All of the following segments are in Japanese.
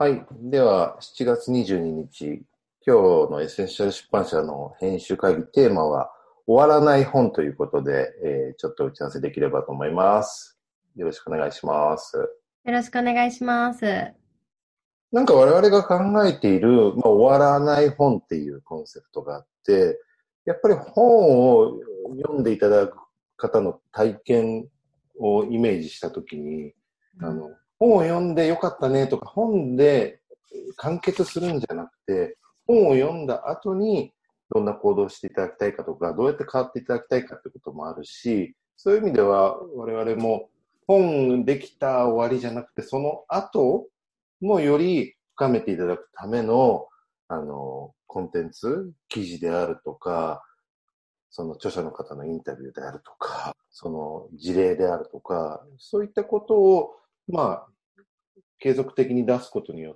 はい。では、7月22日、今日のエッセンシャル出版社の編集会議テーマは、終わらない本ということで、ちょっと打ち合わせできればと思います。よろしくお願いします。 よろしくお願いします。 なんか我々が考えている、終わらない本っていうコンセプトがあって、やっぱり本を読んでいただく方の体験をイメージしたときに、本を読んでよかったねとか、本で完結するんじゃなくて、本を読んだ後にどんな行動をしていただきたいかとか、どうやって変わっていただきたいかってこともあるし、そういう意味では我々も本できた終わりじゃなくて、その後もより深めていただくための、コンテンツ、記事であるとか、その著者の方のインタビューであるとか、その事例であるとか、そういったことを、継続的に出すことによって、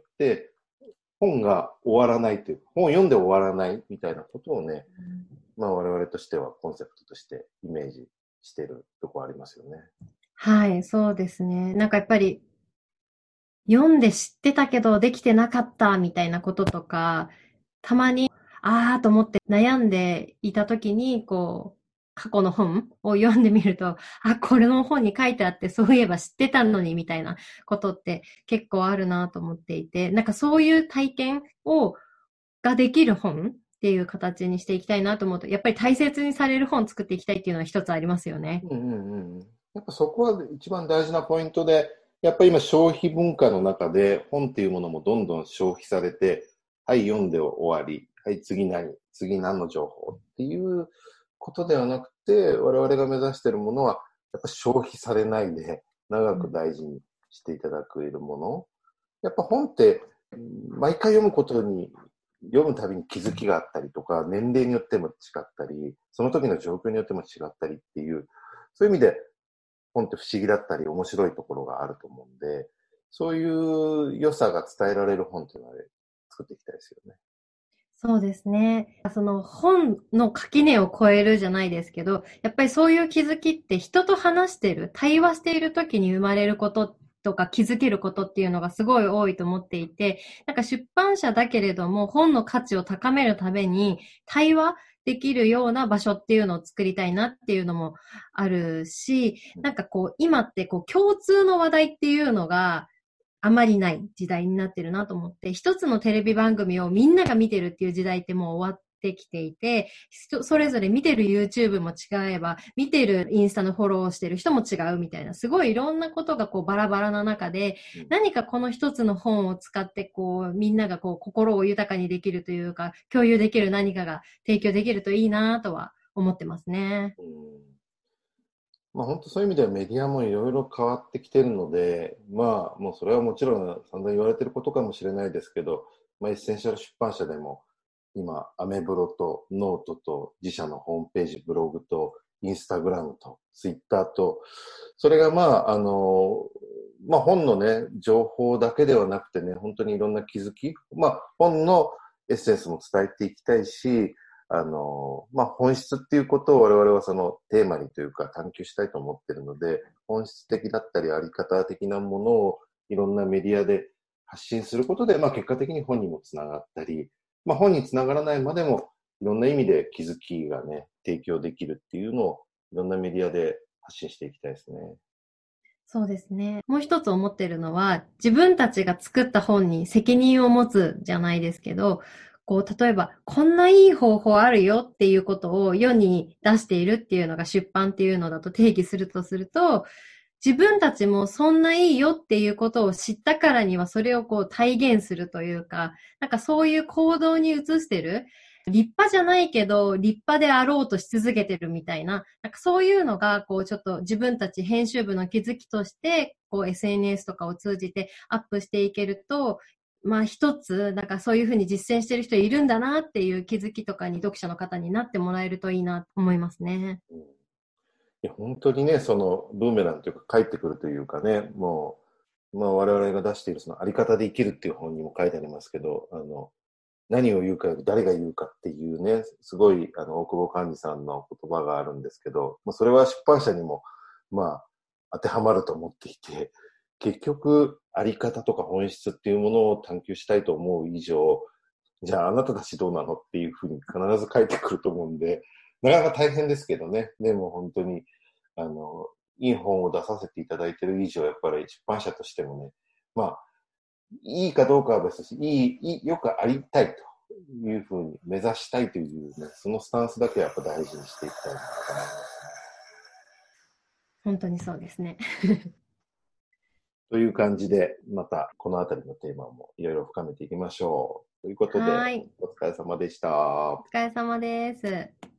本が終わらないという、本を読んで終わらないみたいなことをね、我々としてはコンセプトとしてイメージしているところありますよね。 はい、そうですね。なんかやっぱり読んで知ってたけどできてなかったみたいなこととか、たまに、あーと思って悩んでいたときに、過去の本を読んでみると、あ、これの本に書いてあって、そういえば知ってたのにみたいなことって結構あるなと思っていて、なんかそういう体験ができる本っていう形にしていきたいなと思うと、やっぱり大切にされる本作っていきたいっていうのは一つありますよね。 うんうんうん。やっぱそこは一番大事なポイントで、やっぱり今消費文化の中で本っていうものもどんどん消費されて、はい、読んで終わり。はい、次何の情報っていうことではなくて、我々が目指しているものは、やっぱ消費されないで、長く大事にしていただくいるもの。やっぱ本って、毎回読むことに、読むたびに気づきがあったりとか、年齢によっても違ったり、その時の状況によっても違ったりっていう、そういう意味で本って不思議だったり面白いところがあると思うんで、そういう良さが伝えられる本っていうのは、ね、作っていきたいですよね。 そうですね。その本の垣根を越えるじゃないですけど、やっぱりそういう気づきって人と話してる、対話している時に生まれることとか気づけることっていうのがすごい多いと思っていて、なんか出版社だけれども本の価値を高めるために対話できるような場所っていうのを作りたいなっていうのもあるし、なんか今って共通の話題っていうのがあまりない時代になってるなと思って、一つのテレビ番組をみんなが見てるっていう時代ってもう終わってきていて、それぞれ見てる YouTube も違えば、見てるインスタのフォローをしてる人も違うみたいな、すごいいろんなことがバラバラな中で、 うん、 何かこの一つの本を使ってみんなが心を豊かにできるというか、共有できる何かが提供できるといいなとは思ってますね。 うん。本当そういう意味ではメディアもいろいろ変わってきてるので、もうそれはもちろん散々言われてることかもしれないですけど、エッセンシャル出版社でも今、アメブロとノートと自社のホームページ、ブログとインスタグラムとツイッターと、それが本のね、情報だけではなくてね、本当にいろんな気づき、本のエッセンスも伝えていきたいし、本質っていうことを我々はそのテーマにというか探求したいと思っているので、本質的だったりあり方的なものをいろんなメディアで発信することで、結果的に本にもつながったり、本につながらないまでもいろんな意味で気づきがね、提供できるっていうのをいろんなメディアで発信していきたいですね。 そうですね。もう一つ思ってるのは、自分たちが作った本に責任を持つじゃないですけど、例えば、こんないい方法あるよっていうことを世に出しているっていうのが出版っていうのだと定義するとすると、自分たちもそんないいよっていうことを知ったからにはそれを体現するというか、なんかそういう行動に移してる。立派じゃないけど、立派であろうとし続けてるみたいな、なんかそういうのが、ちょっと自分たち編集部の気づきとして、SNS とかを通じてアップしていけると、一つ、なんかそういうふうに実践してる人いるんだなっていう気づきとかに読者の方になってもらえるといいなと思いますね。 うん、いや本当にね、そのブーメランというか返ってくるというかね、もう、我々が出しているそのあり方で生きるっていう本にも書いてありますけど、何を言うかより誰が言うかっていうね、すごい、大久保寛治さんの言葉があるんですけど、それは出版社にも、ま当てはまると思っていて、 結局、あり方とか本質っていうものを探求したいと思う以上、じゃああなたたちどうなのっていうふうに必ず書いてくると思うんで、なかなか大変ですけどね。でも本当に、あの、いい本を出させていただいている以上、やっぱり出版社としてもね、まあ、いいかどうかは別だし、よくありたいというふうに目指したいというね、そのスタンスだけはやっぱ大事にしていきたいなと思いますね。 本当にそうですね。 という感じで、またこのあたりのテーマもいろいろ深めていきましょう。ということで、 はーい。 お疲れ様でした。 お疲れ様です。